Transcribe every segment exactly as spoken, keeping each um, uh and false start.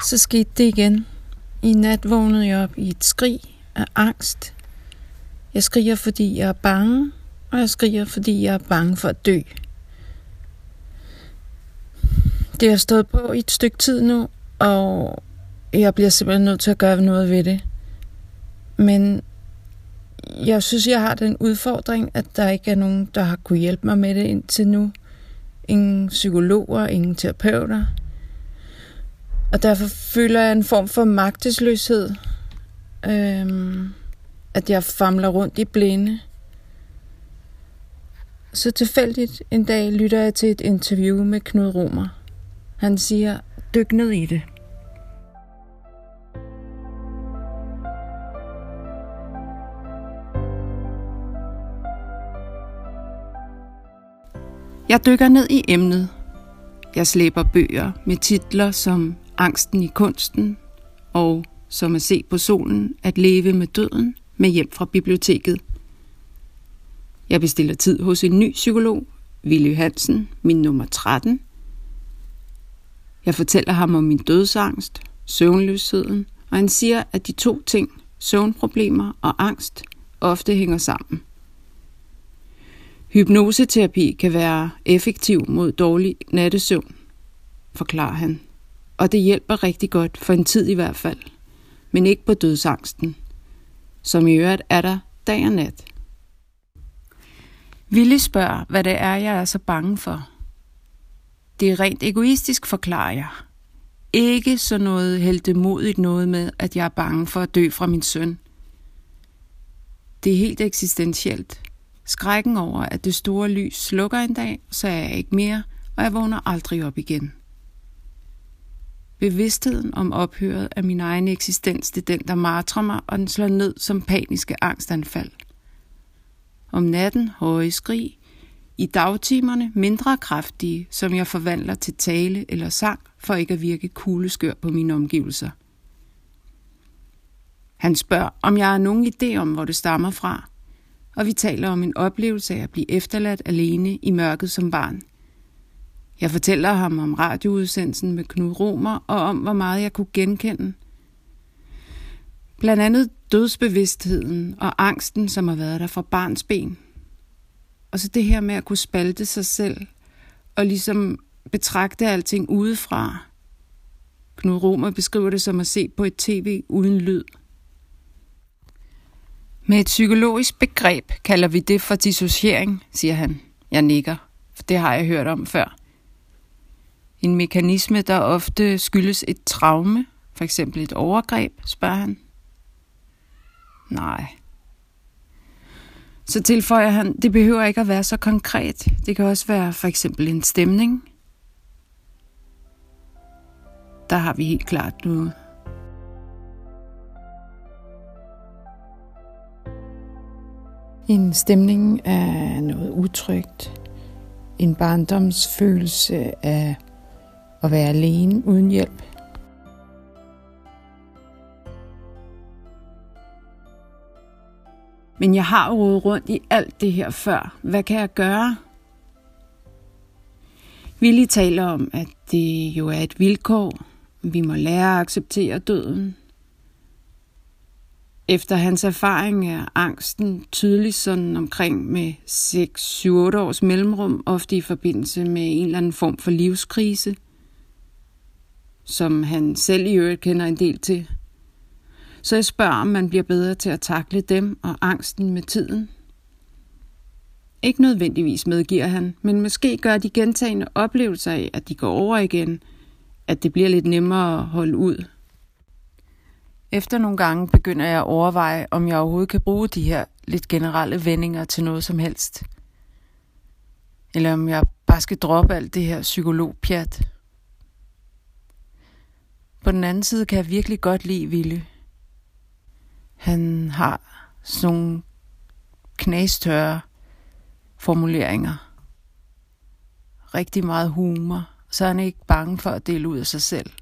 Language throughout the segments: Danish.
Så skete det igen. I nat vågnede jeg op i et skrig af angst. Jeg skriger, fordi jeg er bange, og jeg skriger, fordi jeg er bange for at dø. Det har stået på i et stykke tid nu, og jeg bliver simpelthen nødt til at gøre noget ved det. Men jeg synes, jeg har den udfordring, at der ikke er nogen, der har kunne hjælpe mig med det indtil nu. Ingen psykologer, ingen terapeuter. Og derfor føler jeg en form for magtesløshed. Øhm, at jeg famler rundt i blinde. Så tilfældigt en dag lytter jeg til et interview med Knud Romer. Han siger, dyk ned i det. Jeg dykker ned i emnet. Jeg slæber bøger med titler som Angsten i kunsten og Som at se på solen, at leve med døden med hjem fra biblioteket. Jeg bestiller tid hos en ny psykolog, Willy Hansen, min nummer tretten. Jeg fortæller ham om min dødsangst, søvnløsheden, og han siger, at de to ting, søvnproblemer og angst, ofte hænger sammen. Hypnoseterapi kan være effektiv mod dårlig nattesøvn, forklarer han. Og det hjælper rigtig godt, for en tid i hvert fald, men ikke på dødsangsten, som i øvrigt er der dag og nat. Willy spørger, hvad det er, jeg er så bange for. Det er rent egoistisk, forklarer jeg. Ikke så noget heltemodigt noget med, at jeg er bange for at dø fra min søn. Det er helt eksistentielt. Skrækken over, at det store lys slukker en dag, så er jeg ikke mere, og jeg vågner aldrig op igen. Bevidstheden om ophøret af min egen eksistens, det er den, der martrer mig, og den slår ned som paniske angstanfald. Om natten høje skrig, i dagtimerne mindre kraftige, som jeg forvandler til tale eller sang, for ikke at virke kugleskør på mine omgivelser. Han spørger, om jeg har nogen idé om, hvor det stammer fra, og vi taler om en oplevelse af at blive efterladt alene i mørket som barn. Jeg fortæller ham om radioudsendelsen med Knud Romer, og om hvor meget jeg kunne genkende. Blandt andet dødsbevidstheden og angsten, som har været der fra barns ben. Og så det her med at kunne spalte sig selv, og ligesom betragte alting udefra. Knud Romer beskriver det som at se på et tv uden lyd. Med et psykologisk begreb kalder vi det for dissociering, siger han. Jeg nikker, for det har jeg hørt om før. En mekanisme, der ofte skyldes et traume, for eksempel et overgreb, spørger han. Nej. Så tilføjer han, det behøver ikke at være så konkret. Det kan også være for eksempel en stemning. Der har vi helt klart noget. En stemning af noget utrygt. En barndomsfølelse af at være alene uden hjælp. Men jeg har rodet rundt i alt det her før. Hvad kan jeg gøre? Willy taler om, at det jo er et vilkår. Vi må lære at acceptere døden. Efter hans erfaring er angsten tydelig sådan omkring med seks syv otte års mellemrum, ofte i forbindelse med en eller anden form for livskrise, som han selv i øvrigt kender en del til. Så jeg spørger, om man bliver bedre til at takle dem og angsten med tiden. Ikke nødvendigvis, medgiver han, men måske gør de gentagende oplevelser af, at de går over igen, at det bliver lidt nemmere at holde ud. Efter nogle gange begynder jeg at overveje, om jeg overhovedet kan bruge de her lidt generelle vendinger til noget som helst. Eller om jeg bare skal droppe alt det her psykologpjat. På den anden side kan jeg virkelig godt lide Willy. Han har sådan nogle knastørre formuleringer. Rigtig meget humor. Så er han ikke bange for at dele ud af sig selv.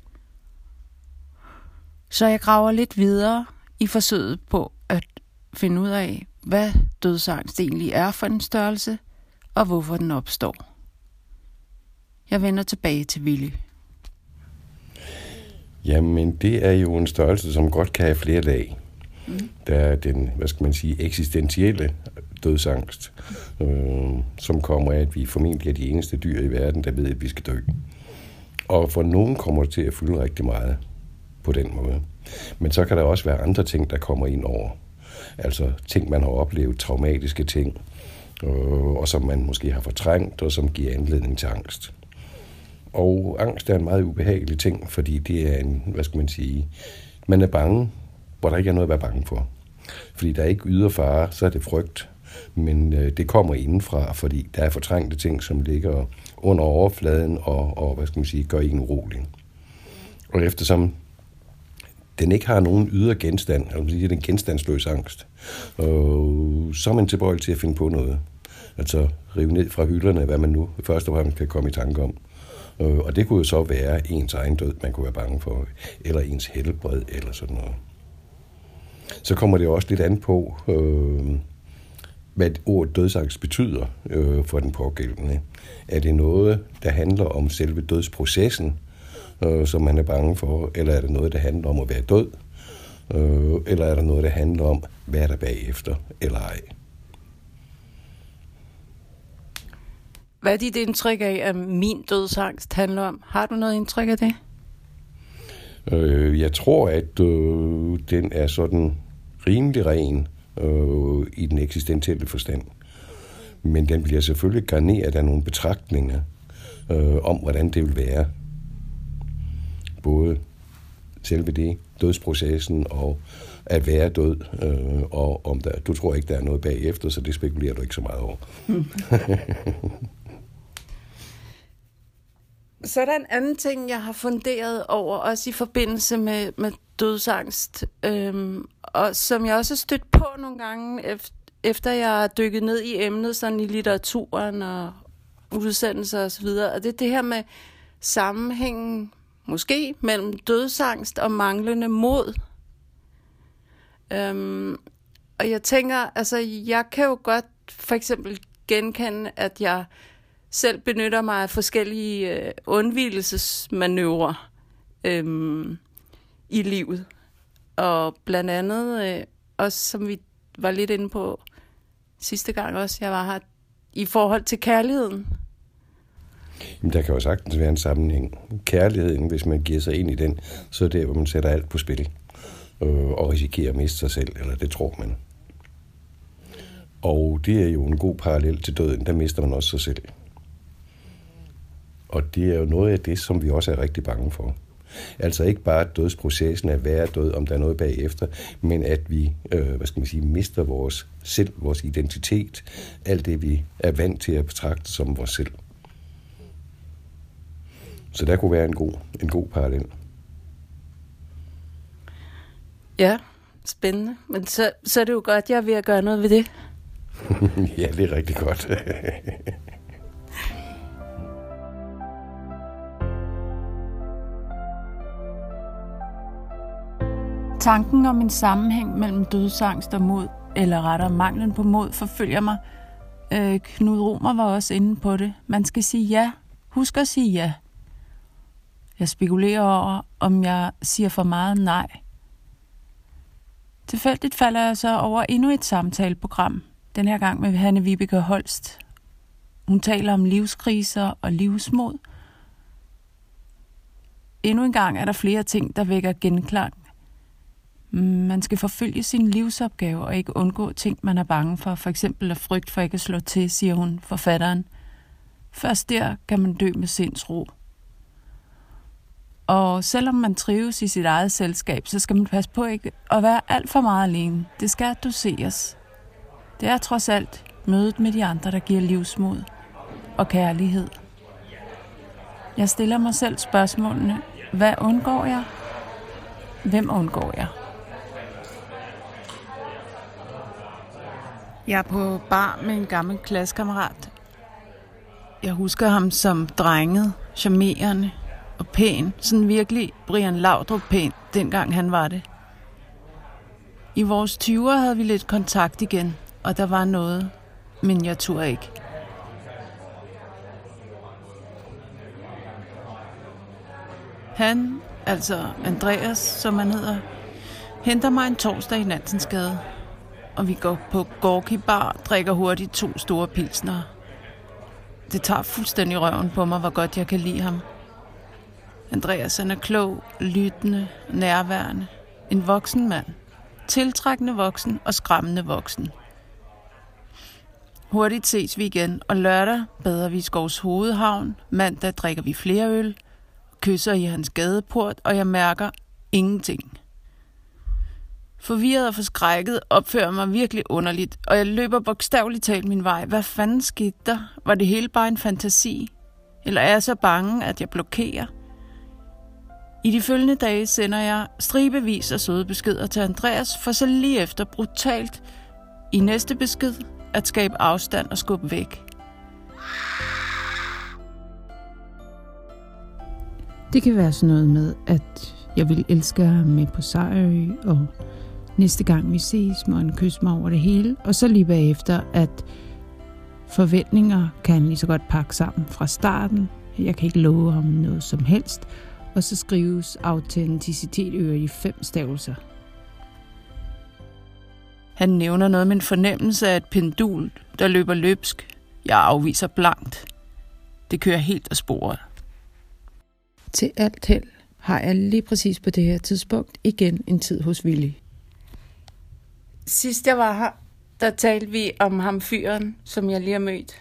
Så jeg graver lidt videre i forsøget på at finde ud af, hvad dødsangst egentlig er for en størrelse, og hvorfor den opstår. Jeg vender tilbage til Willy. Jamen, det er jo en størrelse, som godt kan have flere lag. Mm. Der er den, hvad skal man sige, eksistentielle dødsangst, øh, som kommer af, at vi formentlig er de eneste dyr i verden, der ved, at vi skal dø. Og for nogen kommer det til at fylde rigtig meget på den måde. Men så kan der også være andre ting, der kommer ind over. Altså ting, man har oplevet, traumatiske ting, øh, og som man måske har fortrængt, og som giver anledning til angst. Og angst er en meget ubehagelig ting, fordi det er en, hvad skal man sige, man er bange, hvor der ikke er noget at være bange for. Fordi der er ikke ydre fare, så er det frygt. Men øh, det kommer indenfra, fordi der er fortrængte ting, som ligger under overfladen og, og hvad skal man sige, gør en urolig. Og eftersom den ikke har nogen ydre genstand, altså det er den genstandsløs angst, og så er man tilbøjelig til at finde på noget. Altså rive ned fra hylderne, hvad man nu først og fremmest kan komme i tanke om. Og det kunne jo så være ens egen død, man kunne være bange for, eller ens helbred, eller sådan noget. Så kommer det også lidt an på, øh, hvad ordet dødsangst betyder øh, for den pågældende. Er det noget, der handler om selve dødsprocessen, øh, som man er bange for, eller er det noget, der handler om at være død, øh, eller er det noget, der handler om, hvad er der bagefter, eller ej? Hvad er dit indtryk af, at min dødsangst handler om? Har du noget indtryk af det? Øh, jeg tror, at øh, den er sådan rimelig ren øh, i den eksistentielle forstand. Men den bliver selvfølgelig garneret af nogle betragtninger øh, om, hvordan det vil være. Både selve det, dødsprocessen og at være død. Øh, og om der, du tror ikke, der er noget bagefter, så det spekulerer du ikke så meget over. Mm. Så er der en anden ting, jeg har funderet over, også i forbindelse med, med dødsangst, øhm, og som jeg også har stødt på nogle gange, efter jeg har dykket ned i emnet, sådan i litteraturen og udsendelser osv., og det er det her med sammenhængen, måske, mellem dødsangst og manglende mod. Øhm, og jeg tænker, altså, jeg kan jo godt for eksempel genkende, at jeg selv benytter mig af forskellige øh, undvigelsesmanøvrer øh, i livet. Og blandt andet, øh, også som vi var lidt inde på sidste gang også, jeg var her, i forhold til kærligheden. Jamen, der kan jo sagtens være en sammenhæng. Kærligheden, hvis man giver sig ind i den, så er det, hvor man sætter alt på spil øh, og risikerer at miste sig selv, eller det tror man. Og det er jo en god parallel til døden, der mister man også sig selv. Og det er jo noget af det, som vi også er rigtig bange for. Altså ikke bare dødsprocessen at være død, om der er noget bagefter, men at vi, øh, hvad skal man sige, mister vores selv, vores identitet, alt det vi er vant til at betragte som vores selv. Så der kunne være en god, en god parallel. Ja, spændende. Men så, så er det jo godt, jeg er ved at gøre noget ved det. Ja, det er rigtig godt. Tanken om en sammenhæng mellem dødsangst og mod, eller rettere manglen på mod, forfølger mig. Øh, Knud Romer var også inde på det. Man skal sige ja. Husk at sige ja. Jeg spekulerer over, om jeg siger for meget nej. Tilfældigt falder jeg så over endnu et samtaleprogram. Den her gang med Hanne Vibeke Holst. Hun taler om livskriser og livsmod. Endnu en gang er der flere ting, der vækker genklang. Man skal forfølge sin livsopgave og ikke undgå ting, man er bange for. For eksempel af frygt for ikke at slå til, siger hun, forfatteren. Først der kan man dø med sindsro. Og selvom man trives i sit eget selskab, så skal man passe på ikke at være alt for meget alene. Det skal doseres. Det er trods alt mødet med de andre, der giver livsmod og kærlighed. Jeg stiller mig selv spørgsmålene. Hvad undgår jeg? Hvem undgår jeg? Jeg er på bar med en gammel klassekammerat. Jeg husker ham som drenget, charmerende og pæn. Sådan virkelig Brian Laudrup pæn, dengang han var det. I vores tyvere havde vi lidt kontakt igen, og der var noget, men jeg turde ikke. Han altså Andreas, som han hedder, henter mig en torsdag i Nansensgade, og vi går på Gorky Bar, drikker hurtigt to store pilsner. Det tager fuldstændig røven på mig, hvor godt jeg kan lide ham. Andreas, han er klog, lyttende, nærværende. En voksen mand. Tiltrækkende voksen og skræmmende voksen. Hurtigt ses vi igen, og lørdag bader vi i Skovs Hovedhavn. Mandag drikker vi flere øl, kysser i hans gadeport, og jeg mærker ingenting. Forvirret og forskrækket opfører mig virkelig underligt, og jeg løber bogstaveligt talt min vej. Hvad fanden skete der? Var det hele bare en fantasi? Eller er jeg så bange, at jeg blokerer? I de følgende dage sender jeg stribevis af søde beskeder til Andreas, for så lige efter brutalt i næste besked at skabe afstand og skubbe væk. Det kan være sådan noget med, at jeg vil elske ham med på Sejrø, og næste gang vi ses, må han kysse mig over det hele, og så lige bagefter, at forventninger kan han lige så godt pakke sammen fra starten. Jeg kan ikke love ham noget som helst, og så skrives autenticitet øger i fem stavelser. Han nævner noget med en fornemmelse af et pendul, der løber løbsk. Jeg afviser blankt. Det kører helt af sporet. Til alt held har jeg lige præcis på det her tidspunkt igen en tid hos Willy. Sidst jeg var her, der talte vi om ham fyren, som jeg lige har mødt.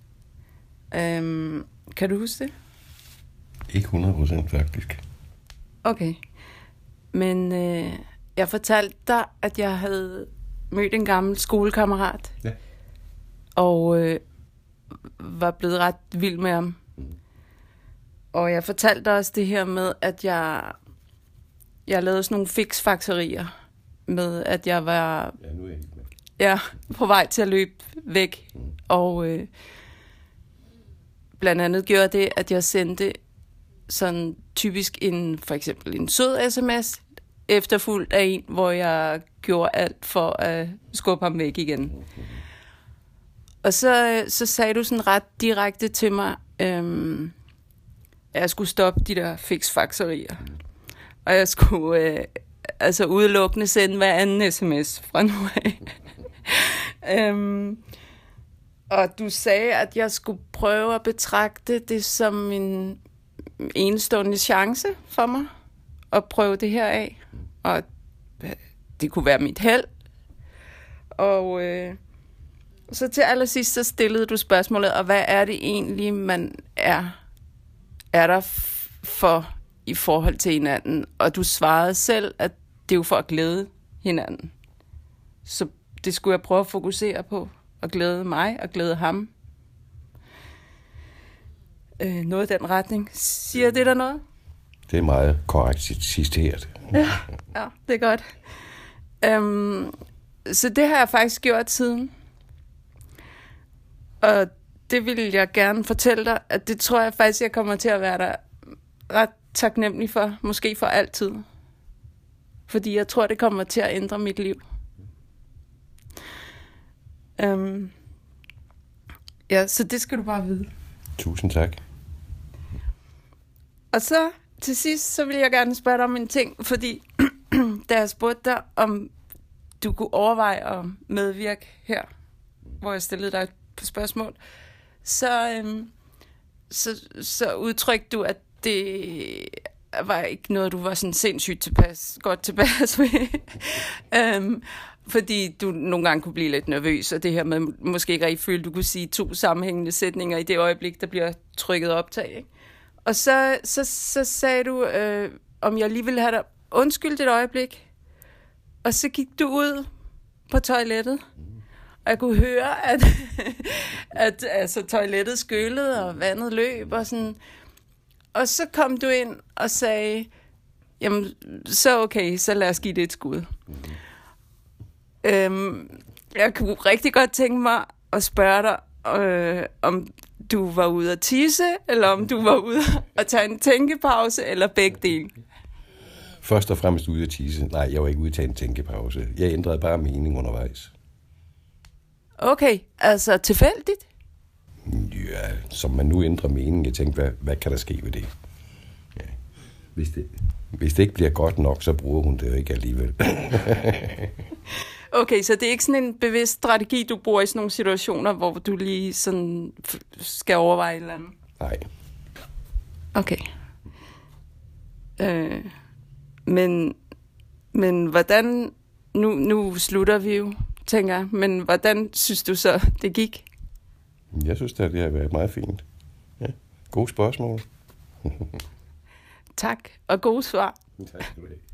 Øhm, kan du huske det? Ikke hundrede procent faktisk. Okay. Men øh, jeg fortalte dig, at jeg havde mødt en gammel skolekammerat. Ja. Og øh, var blevet ret vild med ham. Mm. Og jeg fortalte også det her med, at jeg, jeg lavede sådan nogle fiksfakserier. Med at jeg var ja, nu er jeg helt med. Ja, på vej til at løbe væk. Mm. Og øh, blandt andet gjorde det, at jeg sendte sådan typisk en, for eksempel en sød sms, efterfulgt af en, hvor jeg gjorde alt for at skubbe ham væk igen. Mm-hmm. Og så, så sagde du sådan ret direkte til mig, øhm, at jeg skulle stoppe de der fiksfakserier. Mm. Og jeg skulle øh, altså udelukkende sende hver anden sms fra nu af. øhm, og du sagde, at jeg skulle prøve at betragte det som en enestående chance for mig at prøve det her af. Og det kunne være mit held. Og øh, så til allersidst, så stillede du spørgsmålet, og hvad er det egentlig, man er, er der f- for i forhold til hinanden? Og du svarede selv, at det er jo for at glæde hinanden. Så det skulle jeg prøve at fokusere på, og glæde mig, og glæde ham. Øh, noget i den retning. Siger det der noget? Det er meget korrekt citeret. Ja, ja, det er godt. Øhm, så det har jeg faktisk gjort siden. Og det vil jeg gerne fortælle dig, at det tror jeg faktisk, jeg kommer til at være der ret taknemmelig for. Måske for altid. Fordi jeg tror, det kommer til at ændre mit liv. Øhm, ja, så det skal du bare vide. Tusind tak. Og så til sidst, så vil jeg gerne spørge dig om en ting, fordi da jeg spurgte dig, om du kunne overveje at medvirke her, hvor jeg stillede dig et spørgsmål, så, øhm, så, så udtrykte du, at det var ikke noget, du var sådan sindssygt tilpas, godt tilpas ved. øhm, fordi du nogle gange kunne blive lidt nervøs, og det her med måske ikke rigtig føle, du kunne sige to sammenhængende sætninger i det øjeblik, der bliver trykket optag, ikke? Og så, så, så sagde du, øh, om jeg lige ville have dig undskyldt et øjeblik. Og så gik du ud på toilettet. Og jeg kunne høre, at, at altså, toilettet skøllede, og vandet løb. Og, sådan. Og så kom du ind og sagde, jamen, så okay, så lad os give det et skud. Øhm, jeg kunne rigtig godt tænke mig at spørge dig, øh, om du var ude at tisse, eller om du var ude at tage en tænkepause, eller begge dele. Først og fremmest ude at tisse. Nej, jeg var ikke ude at tage en tænkepause. Jeg ændrede bare mening undervejs. Okay, altså tilfældigt? Ja, som man nu ændrer mening. Jeg tænkte, hvad, hvad kan der ske ved det? Ja, hvis det... hvis det ikke bliver godt nok, så bruger hun det jo ikke alligevel. Okay, så det er ikke sådan en bevidst strategi, du bruger i sådan nogle situationer, hvor du lige sådan skal overveje et eller andet? Nej. Okay. Øh, men, men hvordan, nu, nu slutter vi jo, tænker jeg, men hvordan synes du så, det gik? Jeg synes, at det har været meget fint. Ja, gode spørgsmål. Tak, og gode svar. Tak skal du have.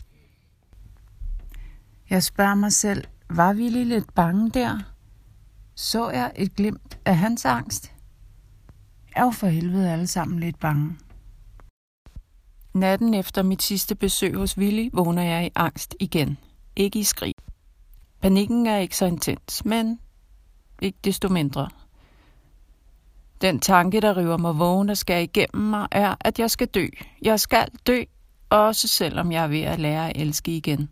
Jeg spørger mig selv, var Willy lidt bange der? Så jeg et glimt af hans angst? Jeg er jo for helvede alle sammen lidt bange. Natten efter mit sidste besøg hos Willy, vågner jeg i angst igen. Ikke i skrig. Panikken er ikke så intens, men ikke desto mindre. Den tanke, der river mig vågen og skal igennem mig, er, at jeg skal dø. Jeg skal dø, også selvom jeg er ved at lære at elske igen.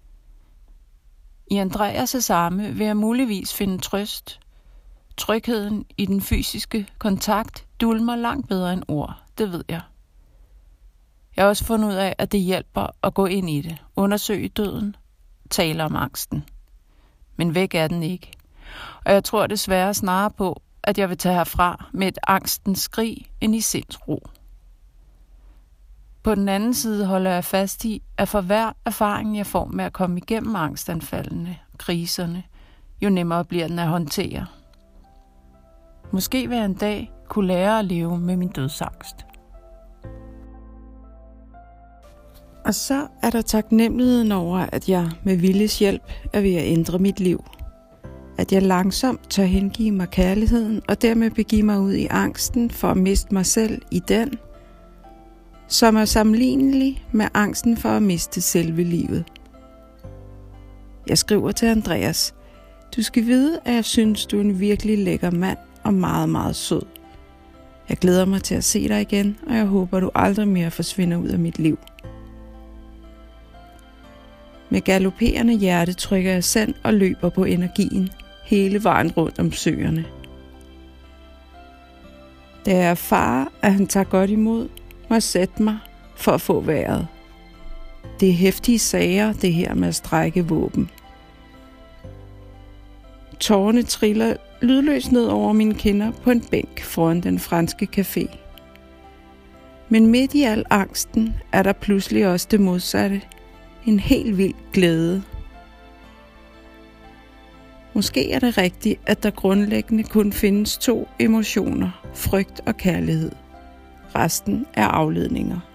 I Andreas' arme vil jeg muligvis finde trøst. Trygheden i den fysiske kontakt dulmer langt bedre end ord, det ved jeg. Jeg har også fundet ud af, at det hjælper at gå ind i det, undersøge døden, tale om angsten. Men væk er den ikke. Og jeg tror desværre snarere på, at jeg vil tage herfra med et angstens skrig end i sindsro. På den anden side holder jeg fast i, at for hver erfaring, jeg får med at komme igennem angstanfaldene, kriserne, jo nemmere bliver den at håndtere. Måske vil jeg en dag kunne lære at leve med min dødsangst. Og så er der taknemmeligheden over, at jeg med Willes hjælp er ved at ændre mit liv. At jeg langsomt tør hengive mig kærligheden, og dermed begive mig ud i angsten for at miste mig selv i den, som er sammenlignelig med angsten for at miste selve livet. Jeg skriver til Andreas: du skal vide, at jeg synes, du er en virkelig lækker mand og meget, meget sød. Jeg glæder mig til at se dig igen, og jeg håber, du aldrig mere forsvinder ud af mit liv. Med galopperende hjerte trykker jeg send og løber på energien hele vejen rundt om søerne. Da jeg erfarer, at han tager godt imod, må jeg sætte mig for at få vejret. Det er heftige sager, det her med at strække våben. Tårerne triller lydløst ned over mine kinder på en bænk foran den franske café. Men midt i al angsten er der pludselig også det modsatte. En helt vild glæde. Måske er det rigtigt, at der grundlæggende kun findes to emotioner, frygt og kærlighed. Resten er afledninger.